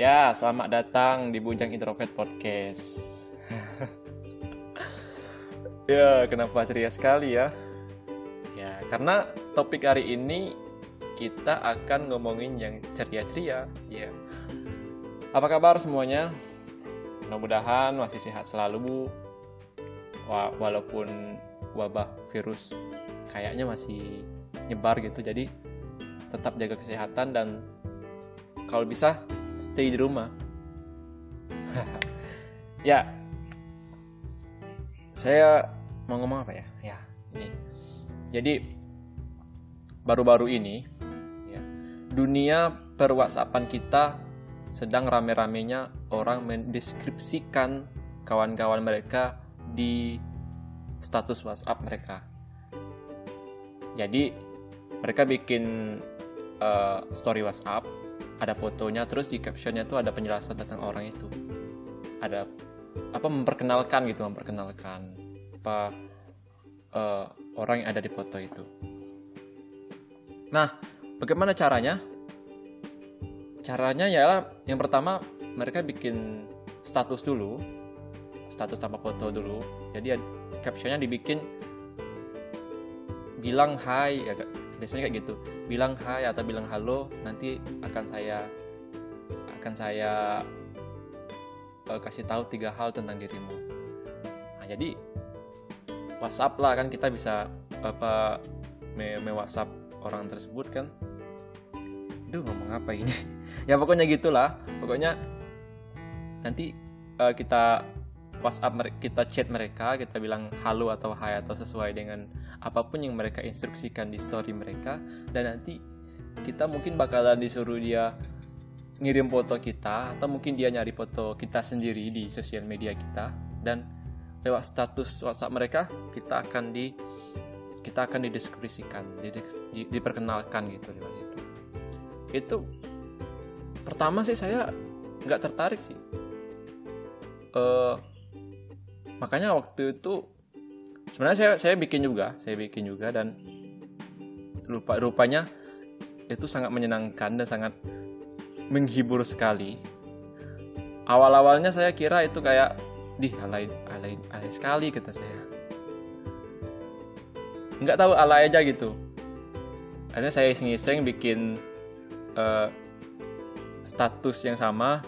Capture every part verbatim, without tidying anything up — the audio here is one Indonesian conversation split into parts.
Ya, selamat datang di Bujang Introvert Podcast. Ya, kenapa ceria sekali ya? Ya, karena topik hari ini kita akan ngomongin yang ceria-ceria. Ya. Apa kabar semuanya? Mudah-mudahan masih sehat selalu, Bu. Walaupun wabah virus kayaknya masih nyebar gitu, jadi tetap jaga kesehatan dan kalau bisa stay di rumah. Ya, saya mau ngomong apa ya? Ya, ini. Jadi baru-baru ini, ya, dunia per WhatsAppan kita sedang rame-ramenya orang mendeskripsikan kawan-kawan mereka di status WhatsApp mereka. Jadi mereka bikin uh, story WhatsApp, ada fotonya, terus di captionnya tuh ada penjelasan tentang orang itu. Ada apa memperkenalkan gitu, memperkenalkan apa uh, orang yang ada di foto itu. Nah, bagaimana caranya? Caranya ialah yang pertama mereka bikin status dulu, status tanpa foto dulu. Jadi captionnya dibikin bilang hai, ya, biasanya kayak gitu. Bilang hai atau bilang halo, nanti akan saya akan saya uh, kasih tahu tiga hal tentang dirimu. Nah, jadi WhatsApp lah kan, kita bisa apa me, me WhatsApp orang tersebut kan. Aduh, ngomong apa ini? Ya pokoknya gitulah. Pokoknya nanti uh, kita WhatsApp, kita chat mereka, kita bilang halo atau hai atau sesuai dengan apapun yang mereka instruksikan di story mereka, dan nanti kita mungkin bakalan disuruh dia ngirim foto kita, atau mungkin dia nyari foto kita sendiri di sosial media kita, dan lewat status WhatsApp mereka kita akan di kita akan dideskripsikan, di, di, diperkenalkan gitu lewat itu. Itu pertama sih saya nggak tertarik sih. Uh, makanya waktu itu sebenarnya saya saya bikin juga, saya bikin juga dan lupa rupanya itu sangat menyenangkan dan sangat menghibur sekali. Awal-awalnya saya kira itu kayak di alay alay alay sekali kata saya. Nggak tahu, alay aja gitu. Akhirnya saya iseng-iseng bikin uh, status yang sama,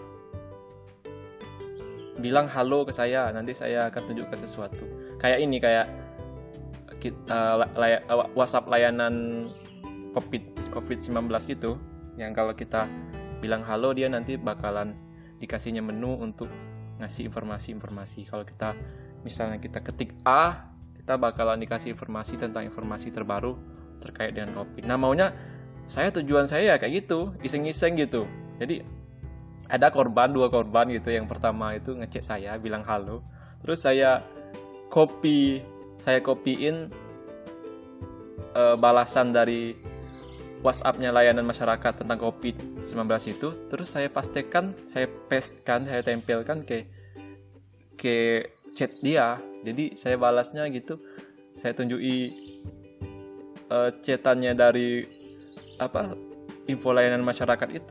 bilang halo ke saya, nanti saya akan tunjukkan sesuatu. Kayak ini, kayak uh, lay- WhatsApp layanan COVID covid sembilan belas gitu, yang kalau kita bilang halo, dia nanti bakalan dikasihnya menu untuk ngasih informasi-informasi. Kalau kita misalnya kita ketik A, kita bakalan dikasih informasi tentang informasi terbaru terkait dengan COVID. Nah, maunya saya, tujuan saya ya kayak gitu, iseng-iseng gitu. Jadi ada korban, dua korban gitu. Yang pertama itu ngechat saya, bilang halo. Terus saya copy, saya copyin uh, balasan dari WhatsApp-nya layanan masyarakat tentang covid sembilan belas itu. Terus saya pastekan, saya pastekan, saya tempelkan ke ke chat dia. Jadi saya balasnya gitu. Saya tunjuki uh, chatannya dari apa info layanan masyarakat itu.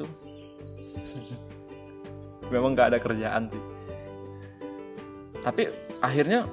Memang nggak ada kerjaan sih, tapi akhirnya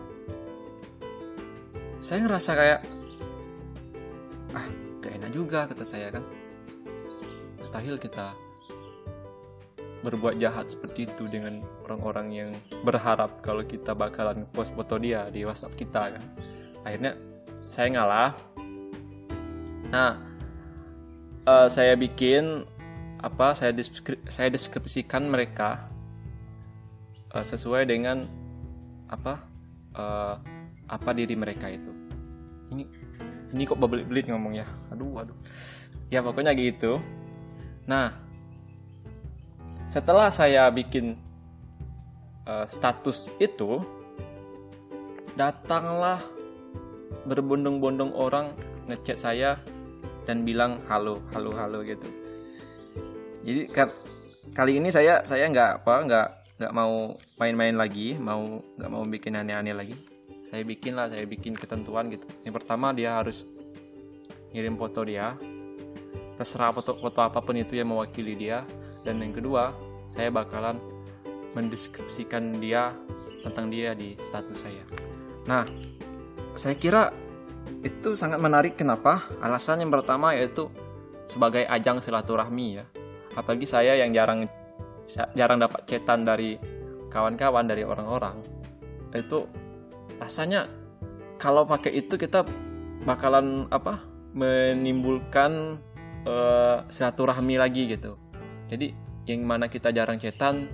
saya ngerasa kayak ah gak enak juga kata saya kan. Mustahil kita berbuat jahat seperti itu dengan orang-orang yang berharap kalau kita bakalan post foto dia di WhatsApp kita kan. Akhirnya saya ngalah. Nah, uh, saya bikin apa saya deskri- saya deskripsikan mereka uh, sesuai dengan apa uh, apa diri mereka itu. Ini ini kok belit-belit ngomongnya. Aduh aduh. Ya pokoknya gitu. Nah, setelah saya bikin uh, status itu, datanglah berbondong-bondong orang ngechat saya dan bilang halo halo halo gitu. Jadi kali ini saya saya nggak apa nggak nggak mau main-main lagi, mau nggak mau bikin aneh-aneh lagi. Saya bikin lah, saya bikin ketentuan gitu. Yang pertama dia harus ngirim foto dia, terserah foto-foto apapun itu yang mewakili dia. Dan yang kedua, saya bakalan mendeskripsikan dia tentang dia di status saya. Nah, saya kira itu sangat menarik. Kenapa? Alasan yang pertama yaitu sebagai ajang silaturahmi ya. Apalagi saya yang jarang jarang dapat chatan dari kawan-kawan, dari orang-orang. Itu rasanya kalau pakai itu kita bakalan apa? Menimbulkan uh, silaturahmi lagi gitu. Jadi yang mana kita jarang chatan,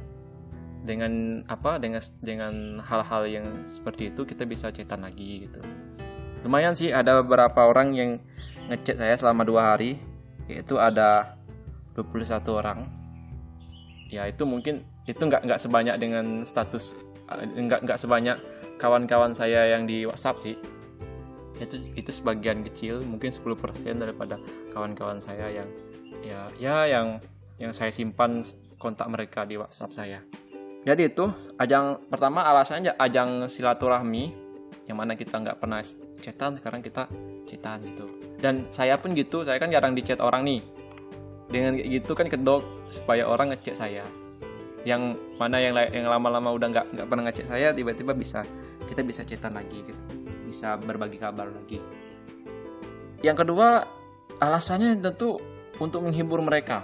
dengan apa dengan dengan hal-hal yang seperti itu kita bisa chatan lagi gitu. Lumayan sih, ada beberapa orang yang ngechat saya selama dua hari, yaitu ada dua puluh satu orang. Ya itu mungkin itu nggak nggak sebanyak dengan status nggak nggak sebanyak kawan-kawan saya yang di WhatsApp sih. Itu itu sebagian kecil, mungkin sepuluh persen daripada kawan-kawan saya yang ya ya yang yang saya simpan kontak mereka di WhatsApp saya. Jadi itu ajang pertama, alasannya ajang silaturahmi, yang mana kita nggak pernah chatan, sekarang kita chatan gitu. Dan saya pun gitu, saya kan jarang di chat orang nih. Dengan kayak gitu kan kedok supaya orang ngechat saya. Yang mana yang yang lama-lama udah nggak nggak pernah ngechat saya, tiba-tiba bisa kita bisa chatan lagi gitu, bisa berbagi kabar lagi. Yang kedua alasannya tentu untuk menghibur mereka.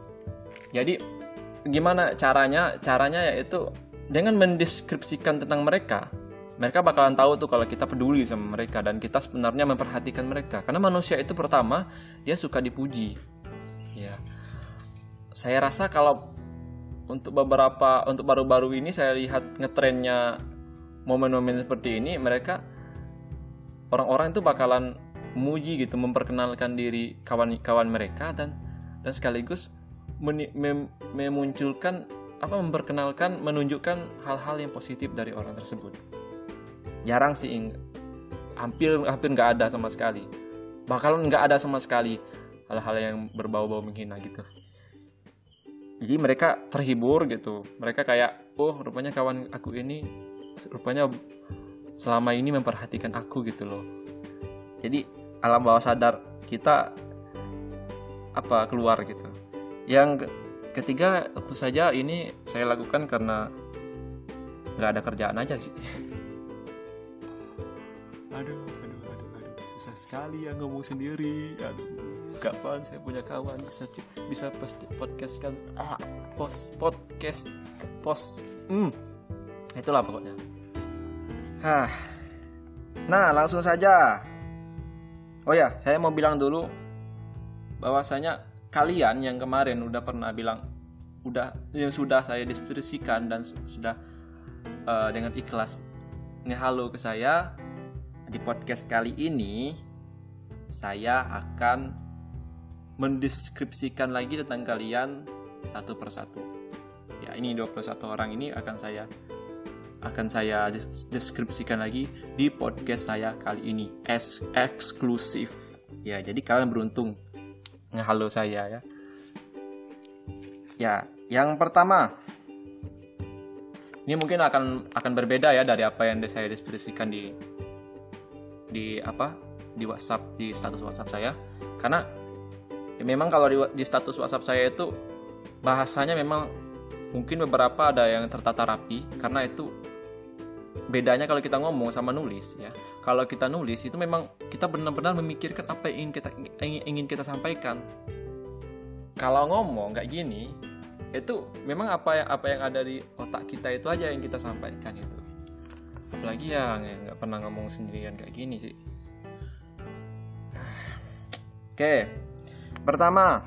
Jadi gimana caranya? Caranya yaitu dengan mendeskripsikan tentang mereka. Mereka bakalan tahu tuh kalau kita peduli sama mereka dan kita sebenarnya memperhatikan mereka. Karena manusia itu pertama dia suka dipuji. Ya. Saya rasa kalau untuk beberapa untuk baru-baru ini saya lihat ngetrennya momen-momen seperti ini, mereka orang-orang itu bakalan memuji gitu, memperkenalkan diri kawan-kawan mereka dan dan sekaligus Men, mem, memunculkan apa memperkenalkan menunjukkan hal-hal yang positif dari orang tersebut. Jarang sih, hampir hampir nggak ada sama sekali, bahkan nggak ada sama sekali hal-hal yang berbau-bau menghina gitu. Jadi mereka terhibur gitu, mereka kayak oh rupanya kawan aku ini rupanya selama ini memperhatikan aku gitu loh. Jadi alam bawah sadar kita apa keluar gitu. Yang ketiga tentu saja ini saya lakukan karena nggak ada kerjaan aja sih. Aduh, aduh, aduh, aduh, susah sekali ya ngomong sendiri. Aduh, kapan saya punya kawan bisa bisa post podcast kan? Ah, post podcast, post, hmm, itulah pokoknya. Hah, nah langsung saja. Oh ya, saya mau bilang dulu bahwasanya kalian yang kemarin udah pernah bilang udah yang sudah saya deskripsikan dan sudah uh, dengan ikhlas ngehalo ke saya di podcast kali ini, saya akan mendeskripsikan lagi tentang kalian satu persatu. Ya, ini dua puluh satu orang ini akan saya akan saya deskripsikan lagi di podcast saya kali ini, es eksklusif. Ya, jadi kalian beruntung ngehalo saya ya. Ya, yang pertama. Ini mungkin akan akan berbeda ya dari apa yang saya deskripsikan di di apa? Di WhatsApp, di status WhatsApp saya. Karena ya memang kalau di, di status WhatsApp saya itu bahasanya memang mungkin beberapa ada yang tertata rapi, karena itu bedanya kalau kita ngomong sama nulis ya. Kalau kita nulis itu memang kita benar-benar memikirkan apa yang ingin kita ingin, ingin kita sampaikan. Kalau ngomong kayak gini, itu memang apa yang apa yang ada di otak kita itu aja yang kita sampaikan itu. Apalagi yang nggak pernah ngomong sendirian kayak gini sih. Oke, pertama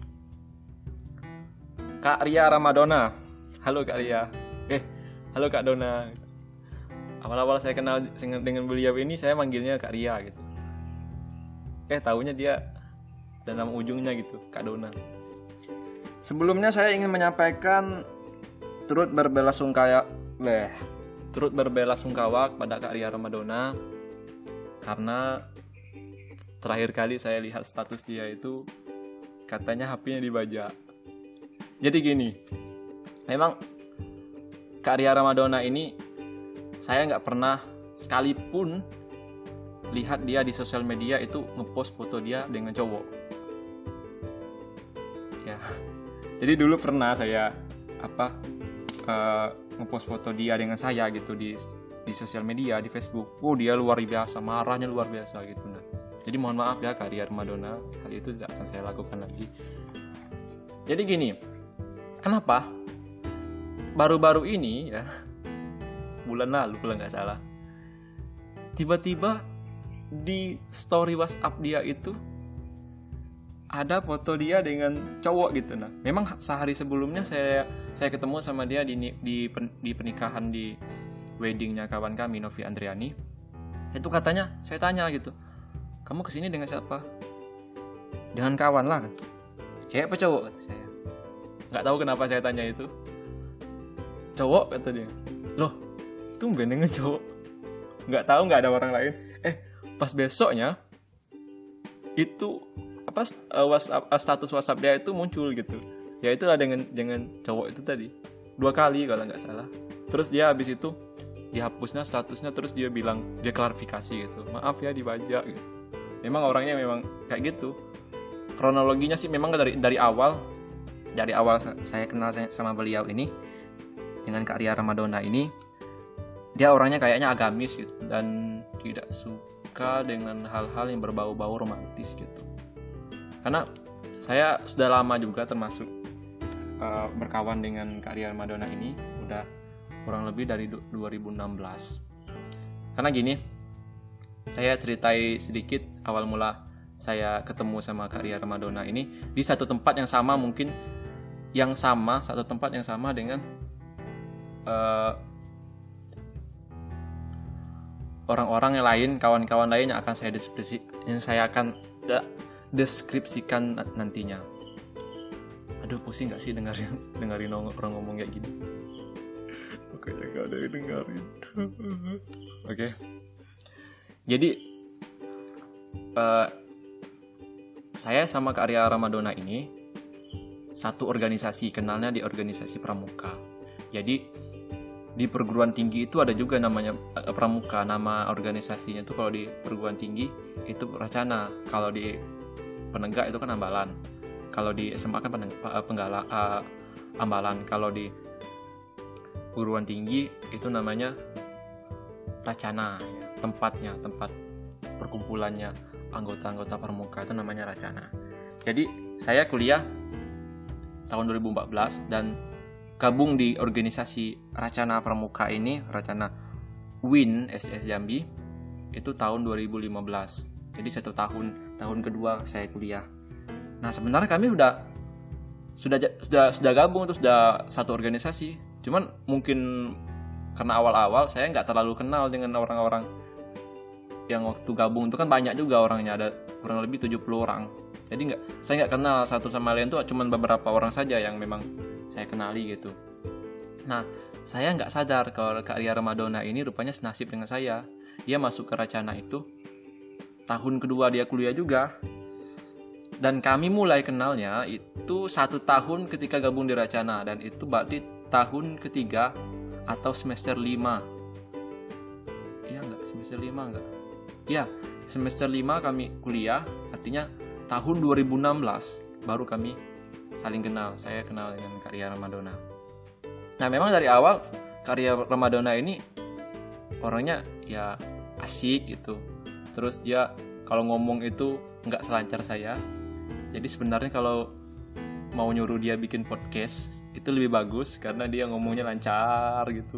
Kak Ria Ramadona. Halo Kak Ria. Eh, halo Kak Dona. Awal-awal saya kenal dengan beliau ini saya manggilnya Kak Ria gitu. Eh taunya dia dan nama ujungnya gitu, Kak Dona. Sebelumnya saya ingin menyampaikan turut berbelasungkawa, beh, turut berbelasungkawa kepada Kak Ria Ramadona karena terakhir kali saya lihat status dia itu katanya H P-nya dibajak. Jadi gini, memang Kak Ria Ramadona ini saya nggak pernah sekalipun lihat dia di sosial media itu ngepost foto dia dengan cowok. Ya, jadi dulu pernah saya apa uh, ngepost foto dia dengan saya gitu di di sosial media, di Facebook. Oh, dia luar biasa, marahnya luar biasa gitu. Nah, jadi mohon maaf ya Kak Ria Ramadona, hal itu tidak akan saya lakukan lagi. Jadi gini, kenapa baru-baru ini ya, bulan lalu kalau nggak salah, tiba-tiba di story WhatsApp dia itu ada foto dia dengan cowok gitu. Nah, memang sehari sebelumnya saya saya ketemu sama dia di di, di pernikahan di weddingnya kawan kami Novi Andriani. Itu katanya, saya tanya gitu, kamu kesini dengan siapa? Dengan kawan lah. Kayak apa cowok? Kata saya. Nggak tahu kenapa saya tanya itu. Cowok kata dia. Loh, tumben dengan cowok. Nggak tahu, nggak ada orang lain. Eh, pas besoknya itu apa uh, WhatsApp, uh, status WhatsApp dia itu muncul gitu. Ya itulah dengan dengan cowok itu tadi. Dua kali kalau nggak salah. Terus dia habis itu dihapusnya statusnya, terus dia bilang, dia klarifikasi gitu. Maaf ya dibajak gitu. Memang orangnya memang kayak gitu. Kronologinya sih memang dari dari awal dari awal saya kenal sama beliau ini dengan Kak Ria Ramadona ini, dia orangnya kayaknya agamis gitu dan tidak suka dengan hal-hal yang berbau-bau romantis gitu. Karena saya sudah lama juga termasuk uh, berkawan dengan Kak Ria Ramadona ini, udah kurang lebih dari dua ribu enam belas. Karena gini, saya ceritai sedikit awal mula saya ketemu sama Kak Ria Ramadona ini di satu tempat yang sama, mungkin yang sama, satu tempat yang sama dengan uh, orang-orang yang lain, kawan-kawan lain yang akan saya deskripsi, yang saya akan uh, deskripsikan nantinya. Aduh, pusing gak sih dengerin dengerin orang ngomong kayak gini? Oke, gak ada yang dengerin. Oke. Jadi uh, saya sama Kak Ria Ramadona ini satu organisasi, kenalnya di organisasi pramuka. Jadi di perguruan tinggi itu ada juga namanya uh, pramuka, nama organisasinya itu kalau di perguruan tinggi itu Racana, kalau di Penegak itu kan Ambalan, kalau di S M A kan Penggala, uh, Ambalan, kalau di perguruan tinggi itu namanya Racana ya, tempatnya, tempat perkumpulannya anggota-anggota pramuka itu namanya Racana. Jadi saya kuliah tahun dua ribu empat belas dan gabung di organisasi Racana Pramuka ini, Racana W I N S D S Jambi, itu tahun dua ribu lima belas. Jadi satu tahun, tahun kedua saya kuliah. Nah, sebenarnya kami udah sudah sudah sudah gabung, terus sudah satu organisasi. Cuman mungkin karena awal-awal saya nggak terlalu kenal dengan orang-orang yang waktu gabung itu, kan banyak juga orangnya, ada kurang lebih tujuh puluh orang. Jadi nggak, saya nggak kenal satu sama lain tuh, cuman beberapa orang saja yang memang saya kenali gitu. Nah, saya nggak sadar kalau Kak Ria Ramadona ini rupanya senasib dengan saya. Dia masuk ke Racana itu tahun kedua dia kuliah juga. Dan kami mulai kenalnya itu satu tahun ketika gabung di Racana, dan itu berarti tahun ketiga atau semester lima. Iya enggak? Semester lima enggak? Iya, semester lima kami kuliah, artinya tahun dua ribu enam belas baru kami saling kenal. Saya kenal dengan Kak Ria Ramadona. Nah, memang dari awal Kak Ria Ramadona ini orangnya ya asik gitu. Terus dia kalau ngomong itu enggak selancar saya. Jadi sebenarnya kalau mau nyuruh dia bikin podcast itu lebih bagus karena dia ngomongnya lancar gitu.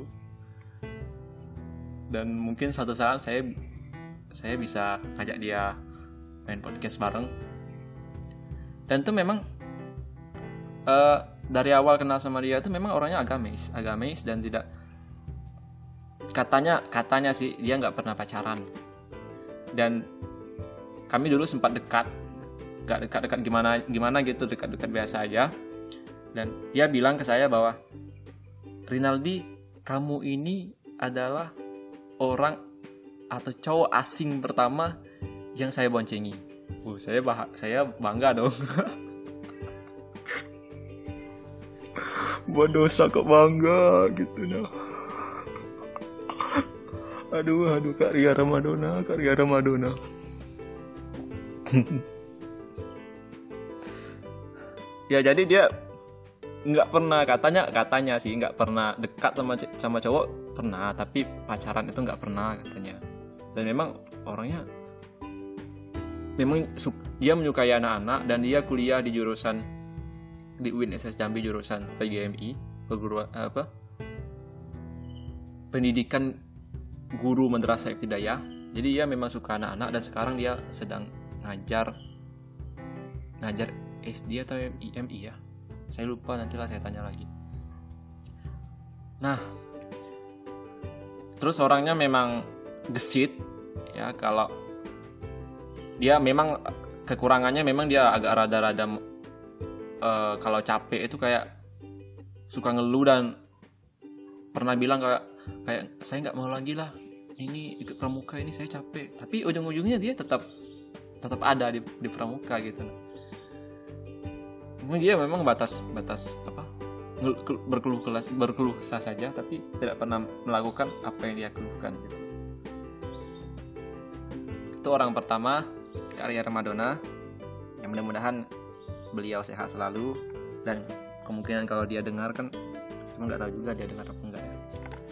Dan mungkin suatu saat saya saya bisa ajak dia main podcast bareng. Dan itu memang uh, dari awal kenal sama dia itu memang orangnya agamis, agamis dan tidak, katanya katanya sih dia nggak pernah pacaran. Dan kami dulu sempat dekat, nggak dekat-dekat gimana gimana gitu, dekat-dekat biasa aja. Dan dia bilang ke saya bahwa, Rinaldi, kamu ini adalah orang atau cowok asing pertama yang saya boncengi. Uh, saya bah- saya bangga dong. Buat dosa kok bangga gitu nah. Aduh, aduh Kak Ria Ramadona, Kak Ria Ramadona. Ya jadi dia nggak pernah, katanya katanya sih nggak pernah dekat sama sama cowok pernah, tapi pacaran itu nggak pernah katanya. Dan memang orangnya memang dia menyukai anak-anak, dan dia kuliah di jurusan di U I N S S Jambi jurusan P G M I, perguruan apa pendidikan guru madrasah ibtidaiyah. Jadi dia memang suka anak-anak, dan sekarang dia sedang ngajar ngajar S D atau M I M I ya, saya lupa, nantilah saya tanya lagi. Nah, terus orangnya memang gesit ya. Kalau dia memang kekurangannya memang dia agak rada-rada uh, kalau capek itu kayak suka ngeluh, dan pernah bilang kayak kayak saya nggak mau lagi lah ini ikut pramuka ini, saya capek. Tapi ujung-ujungnya dia tetap tetap ada di, di pramuka gitu. Memang dia memang batas batas apa berkeluh berkeluh sah saja, tapi tidak pernah melakukan apa yang dia keluhkan gitu. Itu orang pertama, Kak Ria Ramadona, yang mudah-mudahan beliau sehat selalu, dan kemungkinan kalau dia dengar kan, cuma nggak tahu juga dia dengar apa enggak ya.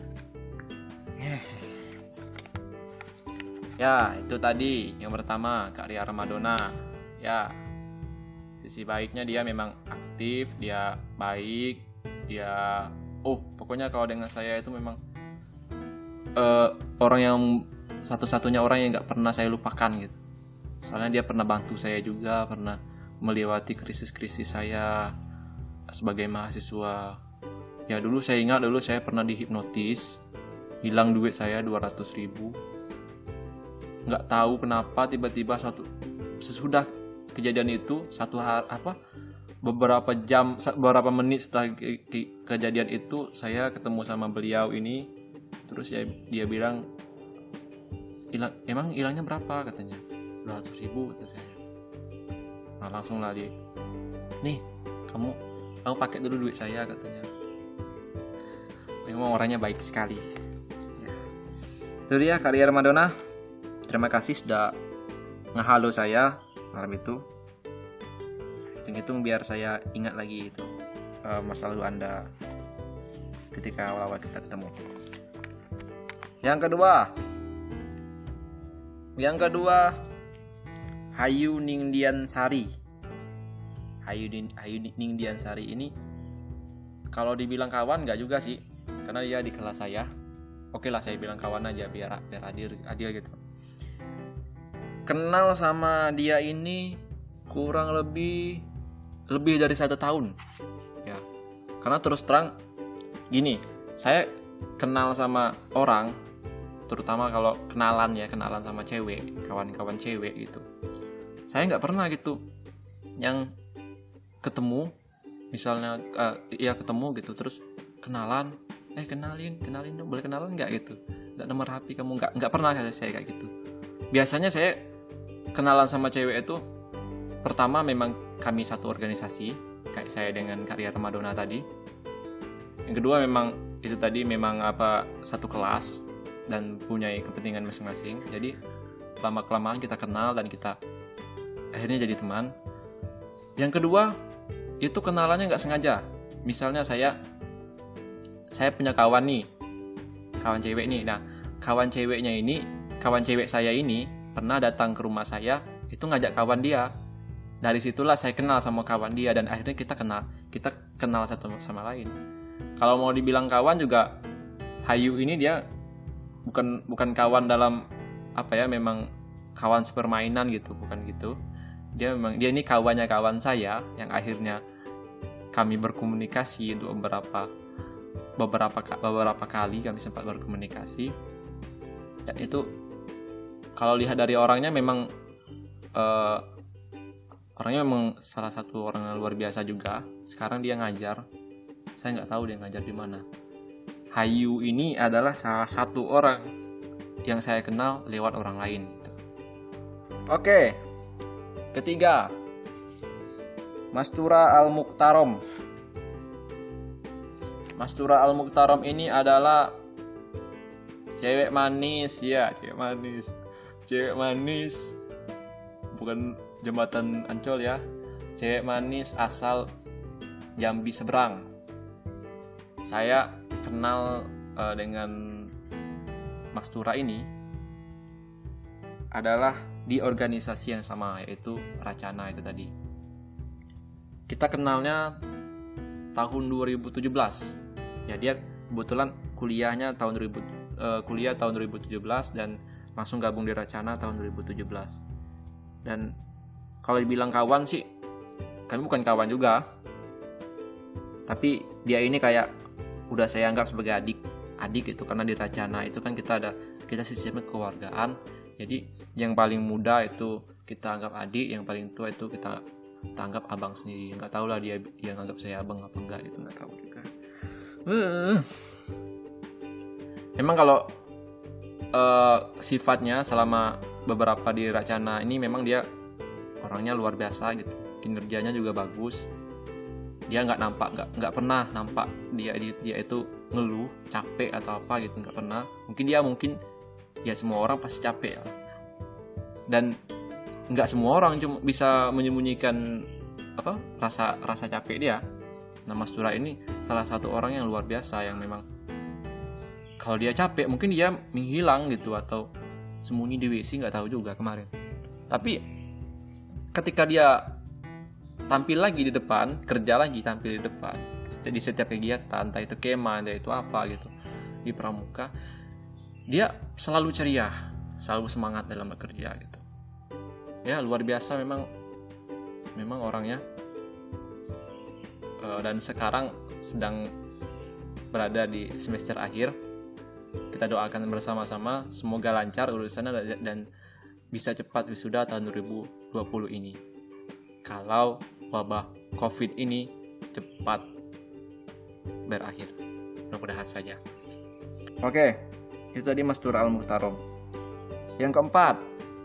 Ya, itu tadi yang pertama, Kak Ria Ramadona. Ya, sisi baiknya dia memang aktif, dia baik, dia oh pokoknya kalau dengan saya itu memang uh, orang yang satu-satunya orang yang nggak pernah saya lupakan gitu. Soalnya dia pernah bantu saya juga, pernah melewati krisis-krisis saya sebagai mahasiswa. Ya dulu saya ingat, dulu saya pernah dihipnotis, hilang duit saya dua ratus ribu. Nggak tahu kenapa tiba-tiba satu sesudah kejadian itu, satu hari apa beberapa jam beberapa menit setelah ke, ke, kejadian itu, saya ketemu sama beliau ini. Terus ya dia bilang, hilang, emang hilangnya berapa katanya? dua ratus ribu kata saya. Nah langsung lah dia, nih kamu kamu pakai dulu duit saya katanya. Memang orangnya baik sekali ya. Itu dia Kak Ria Ramadona, terima kasih sudah ngehalo saya malam itu. Hitung-hitung biar saya ingat lagi itu uh, masa lalu Anda ketika awal-awal kita ketemu. Yang kedua, yang kedua Hayu Ningdian Sari. Hayu, Hayu Ningdian Sari ini kalau dibilang kawan nggak juga sih, karena dia di kelas saya. Oke lah saya bilang kawan aja biar biar adil adil gitu. Kenal sama dia ini kurang lebih lebih dari satu tahun ya. Karena terus terang gini, saya kenal sama orang, terutama kalau kenalan ya, kenalan sama cewek, kawan-kawan cewek gitu, saya nggak pernah gitu yang ketemu misalnya uh, ya ketemu gitu terus kenalan, eh kenalin kenalin dong, boleh kenalan nggak gitu, nggak nomor H P kamu, nggak nggak pernah saya kayak gitu. Biasanya saya kenalan sama cewek itu pertama memang kami satu organisasi, kayak saya dengan Kak Ria Ramadona tadi. Yang kedua memang itu tadi memang apa satu kelas dan punya kepentingan masing-masing. Jadi lama kelamaan kita kenal dan kita akhirnya jadi teman. Yang kedua itu kenalannya nggak sengaja. Misalnya saya saya punya kawan nih, kawan cewek nih. Nah kawan ceweknya ini, kawan cewek saya ini pernah datang ke rumah saya, itu ngajak kawan dia. Dari situlah saya kenal sama kawan dia, dan akhirnya kita kenal, kita kenal satu sama lain. Kalau mau dibilang kawan juga, Hayu ini dia bukan bukan kawan dalam apa ya, memang kawan sepermainan gitu, bukan gitu. Dia memang dia ini kawannya kawan saya yang akhirnya kami berkomunikasi untuk beberapa beberapa beberapa kali kami sempat berkomunikasi. Dan itu kalau lihat dari orangnya memang uh, orangnya memang salah satu orang yang luar biasa juga. Sekarang dia ngajar, saya nggak tahu dia ngajar di mana. Hayu ini adalah salah satu orang yang saya kenal lewat orang lain gitu. Oke, ketiga, Mastura Al-Mukhtarom. Mastura Al-Mukhtarom ini adalah cewek manis ya, cewek manis, cewek manis, bukan Jembatan Ancol ya, cewek manis asal Jambi seberang. Saya kenal uh, dengan Mas Tura ini adalah di organisasi yang sama, yaitu Racana itu tadi. Kita kenalnya tahun dua ribu tujuh belas. Ya, dia kebetulan kuliahnya tahun dua ribu uh, kuliah tahun dua ribu tujuh belas dan langsung gabung di Racana tahun dua ribu tujuh belas. Dan kalau dibilang kawan sih, kami bukan kawan juga. Tapi dia ini kayak udah saya anggap sebagai adik, adik itu karena di Racana itu kan kita ada kita sistemnya kekeluargaan. Jadi yang paling muda itu kita anggap adik, yang paling tua itu kita, kita anggap abang sendiri. Nggak tahu lah dia dia anggap saya abang apa enggak, itu nggak tahu juga. Uh. Memang kalau uh, sifatnya selama beberapa di Racana ini memang dia orangnya luar biasa gitu, kinerjanya juga bagus. Dia nggak nampak nggak nggak pernah nampak dia dia itu ngeluh capek atau apa gitu, nggak pernah. Mungkin dia mungkin ya semua orang pasti capek ya, dan nggak semua orang cuma bisa menyembunyikan apa rasa rasa capek dia. Nah, Mas Tura ini salah satu orang yang luar biasa, yang memang kalau dia capek mungkin dia menghilang gitu atau sembunyi di W C, nggak tahu juga kemarin. Tapi ketika dia tampil lagi di depan, kerja lagi tampil di depan di setiap kegiatan, entah itu kemah, entah itu apa gitu di pramuka, dia selalu ceria, selalu semangat dalam bekerja gitu. Ya, luar biasa memang memang orangnya. E, dan sekarang sedang berada di semester akhir. Kita doakan bersama-sama semoga lancar urusannya dan bisa cepat wisuda tahun dua ribu dua puluh ini. Kalau wabah COVID ini cepat berakhir, mudah-mudahan saja. Oke, itu tadi Mas Tura Al-Muhtarom. Yang keempat,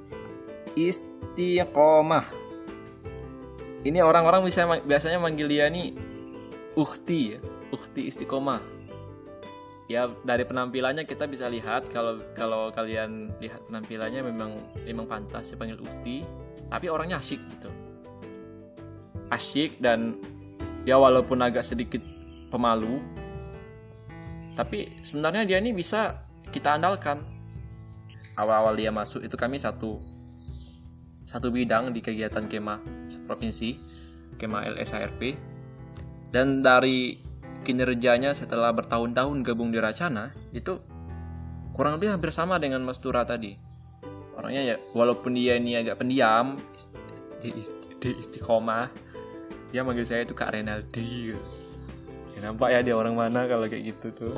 istiqomah. Ini orang-orang bisa biasanya manggil dia nih Ukhti, ya. Ukhti istiqomah. Ya, dari penampilannya kita bisa lihat, kalau kalau kalian lihat penampilannya memang memang pantas dipanggil Ukhti, tapi orangnya asyik gitu. Asyik dan ya walaupun agak sedikit pemalu, tapi sebenarnya dia ini bisa kita andalkan. Awal-awal dia masuk itu kami satu satu bidang di kegiatan kemah provinsi, kemah L S H R P, dan dari kinerjanya setelah bertahun-tahun gabung di Racana itu kurang lebih hampir sama dengan Mas Tura tadi. Orangnya ya walaupun dia ini agak pendiam di, di istiqomah, dia manggil saya itu Kak Renaldi. Ya, nampak ya dia orang mana kalau kayak gitu tuh.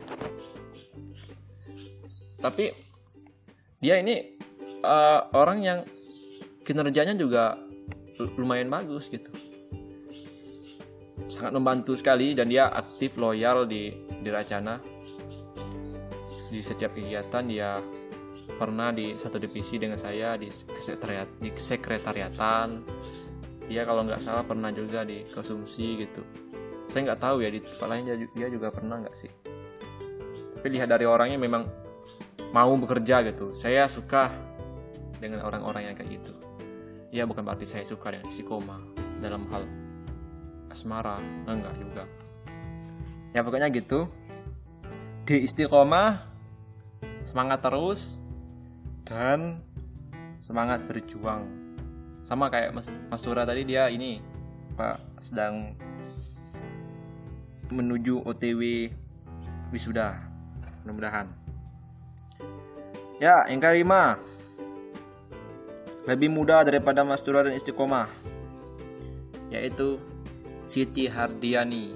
Tapi dia ini uh, orang yang kinerjanya juga lumayan bagus gitu, sangat membantu sekali, dan dia aktif loyal di di Racana. Di setiap kegiatan dia pernah di satu divisi dengan saya di sekretariat di sekretariatan. Dia kalau nggak salah pernah juga di konsumsi gitu. Saya nggak tahu ya di tempat lain dia, dia juga pernah nggak sih. Tapi lihat dari orangnya memang mau bekerja gitu. Saya suka dengan orang-orang yang kayak gitu. Ya bukan berarti saya suka dengan istiqomah dalam hal asmara, enggak juga. Ya pokoknya gitu. Di istiqomah, semangat terus dan semangat berjuang. Sama kayak Mas, Mas Tura tadi, dia ini Pak sedang menuju O T W wisuda, mudah-mudahan. Ya, yang kelima, lebih muda daripada Mas Tura dan istiqomah, yaitu Siti Hardiani.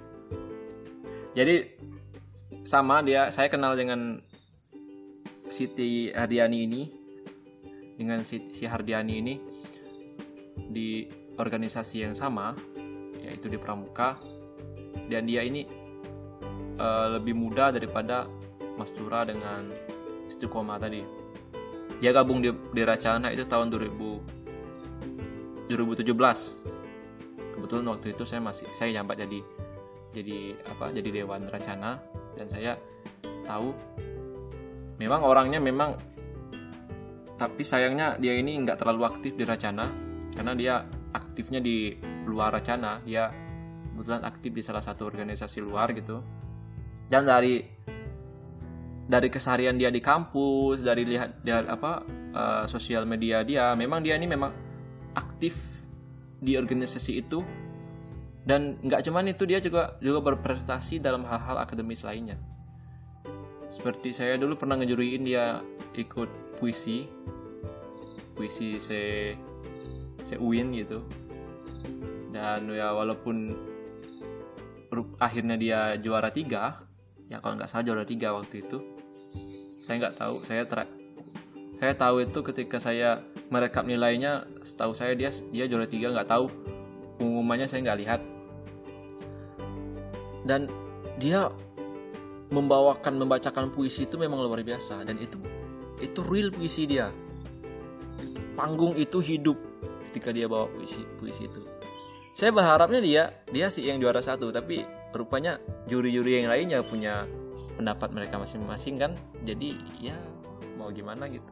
Jadi sama dia, saya kenal dengan Siti Hardiani ini, dengan si, si Hardiani ini di organisasi yang sama, yaitu di Pramuka, dan dia ini uh, lebih muda daripada Mas Tura dengan istiqomah tadi. Dia gabung di, di Racana itu tahun dua ribu tujuh belas. Kebetulan waktu itu saya masih saya jabat jadi jadi apa jadi dewan Racana, dan saya tahu memang orangnya memang, tapi sayangnya dia ini nggak terlalu aktif di Racana karena dia aktifnya di luar Racana. Dia kebetulan aktif di salah satu organisasi luar gitu. Dan dari dari keseharian dia di kampus, dari lihat lihat apa uh, sosial media dia, memang dia ini memang aktif di organisasi itu. Dan nggak cuman itu, dia juga juga berprestasi dalam hal-hal akademis lainnya. Seperti saya dulu pernah ngejuruin dia ikut puisi, puisi se se U I N gitu. Dan ya walaupun akhirnya dia juara tiga, ya kalau nggak salah juara tiga waktu itu. Saya nggak tahu, saya ter saya tahu itu ketika saya merekap nilainya. Setahu saya dia dia juara tiga, nggak tahu pengumumannya, saya nggak lihat. Dan dia membawakan membacakan puisi itu memang luar biasa, dan itu itu real puisi dia. Panggung itu hidup ketika dia bawa puisi puisi itu. Saya berharapnya dia dia sih yang juara satu, tapi rupanya juri-juri yang lainnya punya pendapat mereka masing-masing kan. Jadi ya mau gimana gitu.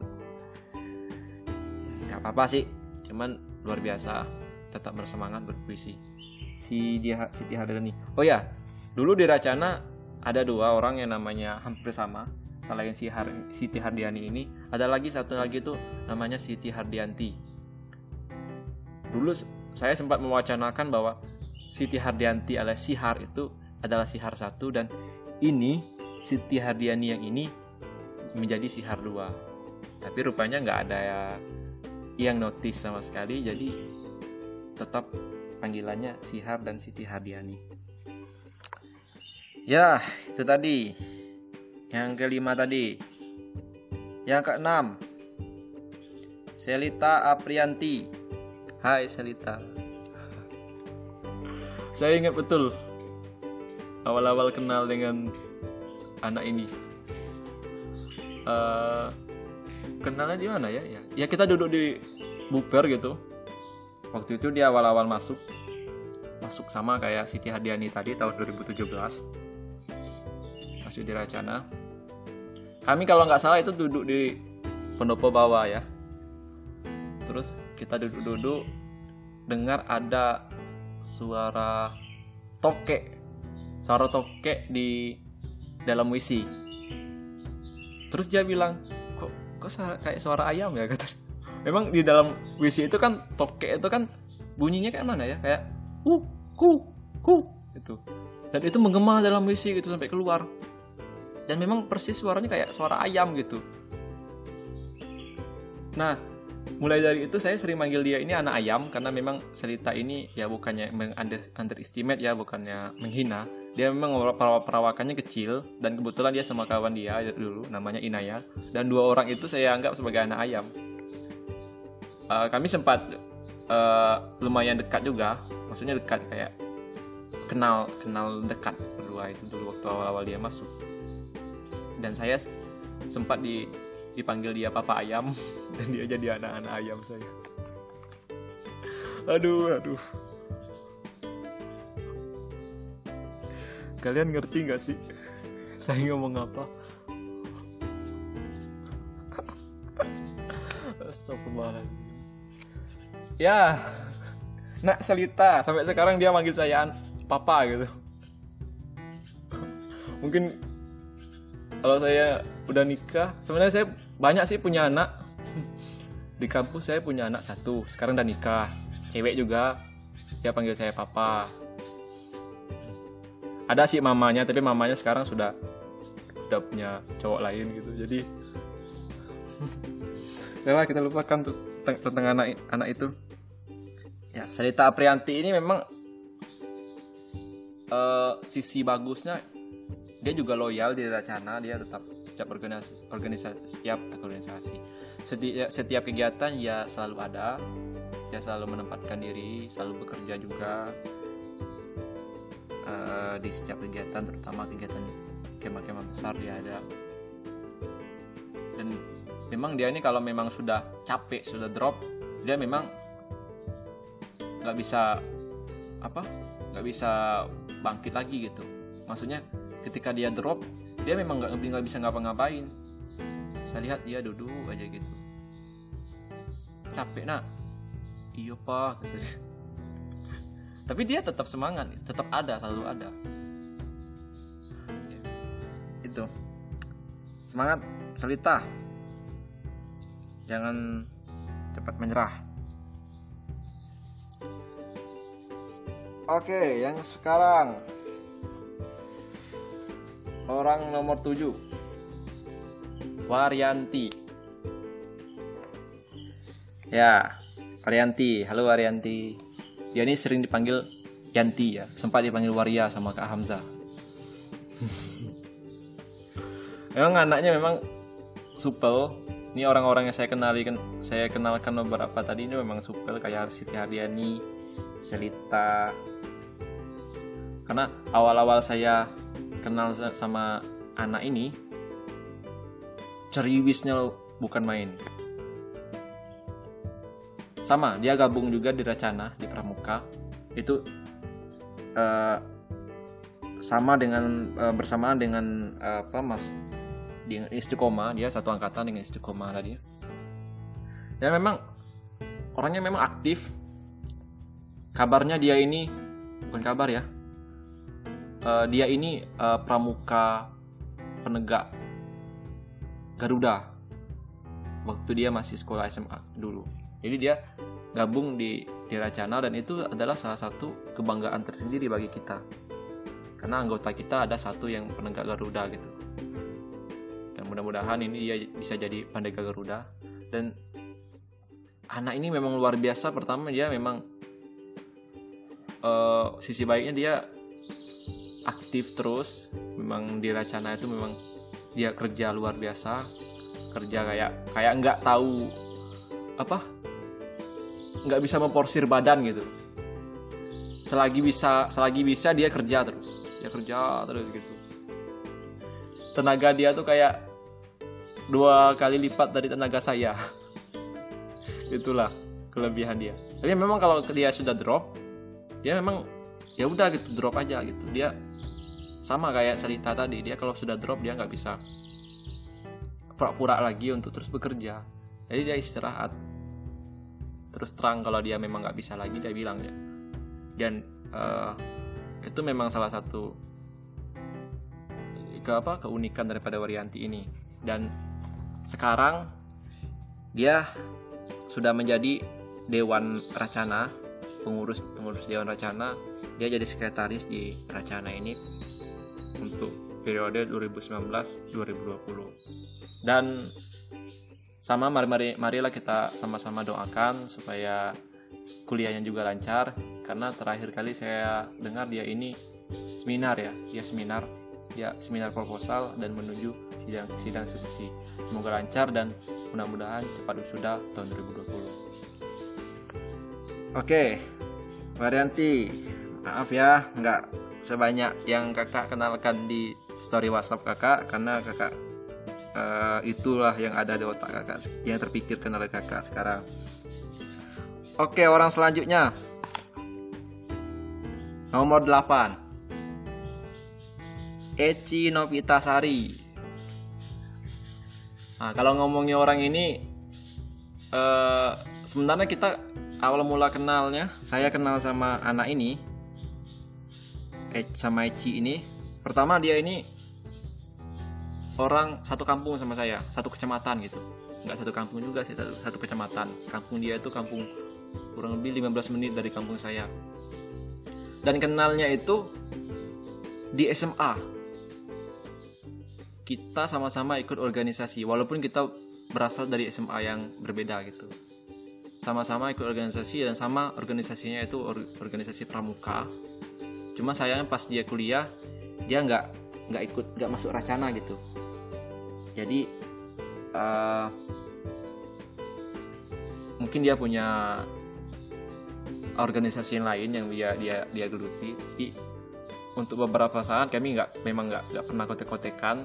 Gak apa-apa sih, cuman luar biasa, tetap bersemangat berpuisi. Si dia Siti Hardiani. Oh ya, dulu di Racana ada dua orang yang namanya hampir sama. Selain si Har, Siti Hardiani ini, ada lagi satu lagi tuh namanya Siti Hardianti. Dulu saya sempat mewacanakan bahwa Siti Hardianti alias Sihar itu adalah Sihar satu, dan ini Siti Hardiani yang ini menjadi Sihar dua. Tapi rupanya nggak ada ya yang notice sama sekali, jadi tetap panggilannya Sihar dan Siti Hardiani. Ya, itu tadi. Yang kelima tadi. Yang keenam, Selita Aprianti. Hai Selita. Saya ingat betul awal-awal kenal dengan anak ini. Uh, kenalnya di mana ya? ya? Ya kita duduk di buper gitu. Waktu itu dia awal-awal masuk, masuk sama kayak Siti Hardiani tadi tahun dua ribu tujuh belas. Masuk di Racana. Kami kalau nggak salah itu duduk di pendopo bawah ya. Terus kita duduk-duduk, dengar ada suara tokek, suara tokek di dalam W C. Terus dia bilang, kok kok kayak suara ayam ya, kata. Memang di dalam W C itu kan tokek itu kan bunyinya kayak mana ya, kayak hu hu hu itu. Dan itu menggema dalam W C gitu sampai keluar. Dan memang persis suaranya kayak suara ayam gitu. Nah, mulai dari itu saya sering manggil dia ini anak ayam, karena memang Selita ini ya bukannya underestimate ya, bukannya menghina. Dia memang perawakannya kecil, dan kebetulan dia sama kawan dia dulu namanya Inaya, dan dua orang itu saya anggap sebagai anak ayam. Uh, kami sempat uh, lumayan dekat juga, maksudnya dekat kayak kenal kenal dekat berdua itu dulu waktu awal-awal dia masuk. Dan saya sempat di, dipanggil dia Papa Ayam, dan dia jadi anak-anak ayam saya. Aduh, aduh. Kalian ngerti gak sih saya ngomong apa? Astagfirullahaladzim. Ya, Nak Selita, sampai sekarang dia manggil saya Papa gitu. Mungkin kalau saya udah nikah, sebenarnya saya banyak sih punya anak. Di kampus saya punya anak satu, sekarang udah nikah, cewek juga. Dia panggil saya Papa. Ada sih mamanya, tapi mamanya sekarang sudah udah punya cowok lain gitu. Jadi ya kita lupakan tuh tentang anak anak itu. Ya, Selita Aprianti ini memang uh, sisi bagusnya, dia juga loyal di Racana. Dia tetap setiap organisasi, organisasi setiap organisasi, setiap, setiap kegiatan ya selalu ada. Dia selalu menempatkan diri, selalu bekerja juga uh, di setiap kegiatan, terutama kegiatan kemah-kemah besar dia ada. Dan memang dia ini kalau memang sudah capek, sudah drop, dia memang nggak bisa apa, nggak bisa bangkit lagi gitu. Maksudnya ketika dia drop, dia memang nggak nggak bisa ngapa-ngapain. Saya lihat dia duduk aja gitu. Capek nak? Iya pak. Gitu. Tapi dia tetap semangat, tetap ada, selalu ada. Itu semangat Selita, jangan cepat menyerah. Oke, yang sekarang orang nomor tujuh, Waryanti. ya Waryanti. Halo Waryanti. Dia ini sering dipanggil Yanti ya, sempat dipanggil Waria sama Kak Hamzah. Memang anaknya memang supel. Ini orang-orang yang saya kenali kan, saya kenalkan beberapa tadi ini memang supel, kayak Siti Hardiani, Selita. Karena awal-awal saya kenal sama anak ini, ceriwisnya bukan main. Sama, dia gabung juga di Racana, di Pramuka. Itu uh, sama dengan uh, bersamaan dengan uh, apa Mas di Istiqomah, dia satu angkatan dengan Istiqomah tadi. Dan memang orangnya memang aktif. Kabarnya dia ini bukan kabar ya. Uh, dia ini uh, pramuka penegak Garuda waktu dia masih sekolah S M A dulu. Jadi dia gabung di di Racana dan itu adalah salah satu kebanggaan tersendiri bagi kita. Karena anggota kita ada satu yang penegak Garuda gitu. Dan mudah-mudahan ini dia bisa jadi pendekar Garuda. Dan anak ini memang luar biasa. Pertama dia memang uh, sisi baiknya dia aktif terus. Memang di Racana itu memang dia kerja luar biasa. Kerja kayak kayak nggak tahu apa, nggak bisa memporsir badan gitu. Selagi bisa selagi bisa dia kerja terus. Dia kerja terus gitu. Tenaga dia tuh kayak dua kali lipat dari tenaga saya. Itulah kelebihan dia. Tapi memang kalau dia sudah drop, dia memang ya udah gitu, drop aja gitu. Dia sama kayak Selita tadi, dia kalau sudah drop dia nggak bisa pura-pura lagi untuk terus bekerja. Jadi dia istirahat. Terus terang kalau dia memang nggak bisa lagi, dia bilang ya. Dan uh, itu memang salah satu ke apa keunikan daripada Waryanti ini. Dan sekarang dia sudah menjadi Dewan Racana, pengurus pengurus Dewan Racana. Dia jadi sekretaris di Racana ini untuk periode dua ribu sembilan belas dua ribu dua puluh. Dan sama mari mari marilah kita sama-sama doakan supaya kuliahnya juga lancar, karena terakhir kali saya dengar dia ini seminar ya, dia seminar, ya seminar proposal dan menuju sidang sidang skripsi. Semoga lancar dan mudah-mudahan cepat wisuda tahun dua ribu dua puluh. Oke, Waryanti, maaf ya nggak sebanyak yang kakak kenalkan di story WhatsApp kakak, karena kakak uh, itulah yang ada di otak kakak, yang terpikirkan oleh kakak sekarang. Oke, orang selanjutnya nomor delapan, Eci Novitasari. Nah, kalau ngomongnya orang ini, uh, sebenarnya kita awal mula kenalnya, saya kenal sama anak ini, sama Eci ini. Pertama dia ini orang satu kampung sama saya, satu kecamatan gitu. Nggak satu kampung juga sih, satu, satu kecamatan. Kampung dia itu kampung kurang lebih lima belas menit dari kampung saya. Dan kenalnya itu di S M A. Kita sama-sama ikut organisasi, walaupun kita berasal dari S M A yang berbeda gitu. Sama-sama ikut organisasi dan sama organisasinya itu organisasi pramuka. Cuma sayangnya pas dia kuliah, dia nggak nggak ikut, nggak masuk Racana gitu. Jadi uh, mungkin dia punya organisasi lain yang dia dia dia geluti. Tapi untuk beberapa saat kami nggak memang nggak nggak pernah kontek-kontekan.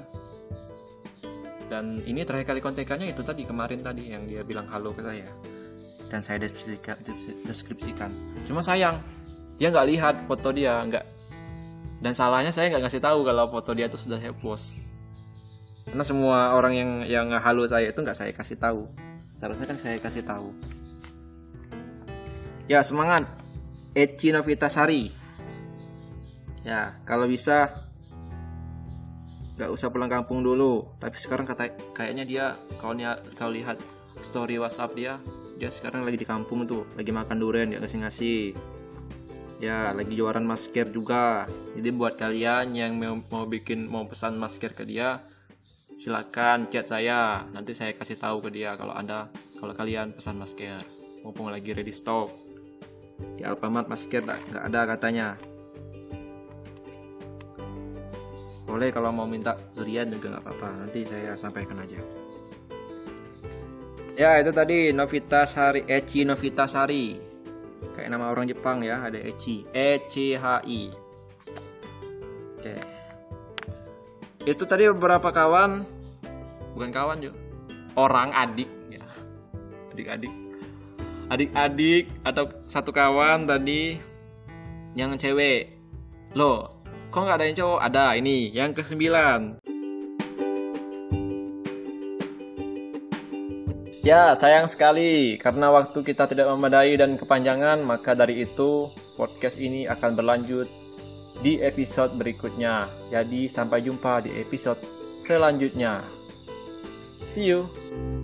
Dan ini terakhir kali kontekannya itu tadi kemarin tadi yang dia bilang halo ke saya dan saya deskripsikan, deskripsikan. Cuma sayang dia nggak lihat foto dia, nggak. Dan salahnya saya nggak ngasih tahu kalau foto dia itu sudah saya post. Karena semua orang yang yang halo saya itu nggak saya kasih tahu. Seharusnya kan saya kasih tahu. Ya, semangat Eci Novitasari. Ya, kalau bisa nggak usah pulang kampung dulu. Tapi sekarang kata kayaknya dia kalau kalau lihat story WhatsApp dia, dia sekarang lagi di kampung tuh, lagi makan durian, dia ngasih-ngasih. Ya, lagi jualan masker juga. Jadi buat kalian yang mau, mau bikin mau pesan masker ke dia, silakan chat saya. Nanti saya kasih tahu ke dia kalau Anda kalau kalian pesan masker. Mumpung lagi ready stock. Di Alfamart masker nggak ada katanya. Boleh kalau mau minta durian juga nggak apa-apa. Nanti saya sampaikan aja. Ya, itu tadi Novitasari, Eci Novitasari. Kayak nama orang Jepang ya, ada Eci, E C H I. Oke. Itu tadi beberapa kawan, bukan kawan juga, orang adik ya, adik-adik, adik-adik atau satu kawan tadi yang cewek. Loh, kok nggak ada yang cowok? Ada, ini yang kesembilan. Ya, sayang sekali karena waktu kita tidak memadai dan kepanjangan, maka dari itu podcast ini akan berlanjut di episode berikutnya. Jadi sampai jumpa di episode selanjutnya. See you.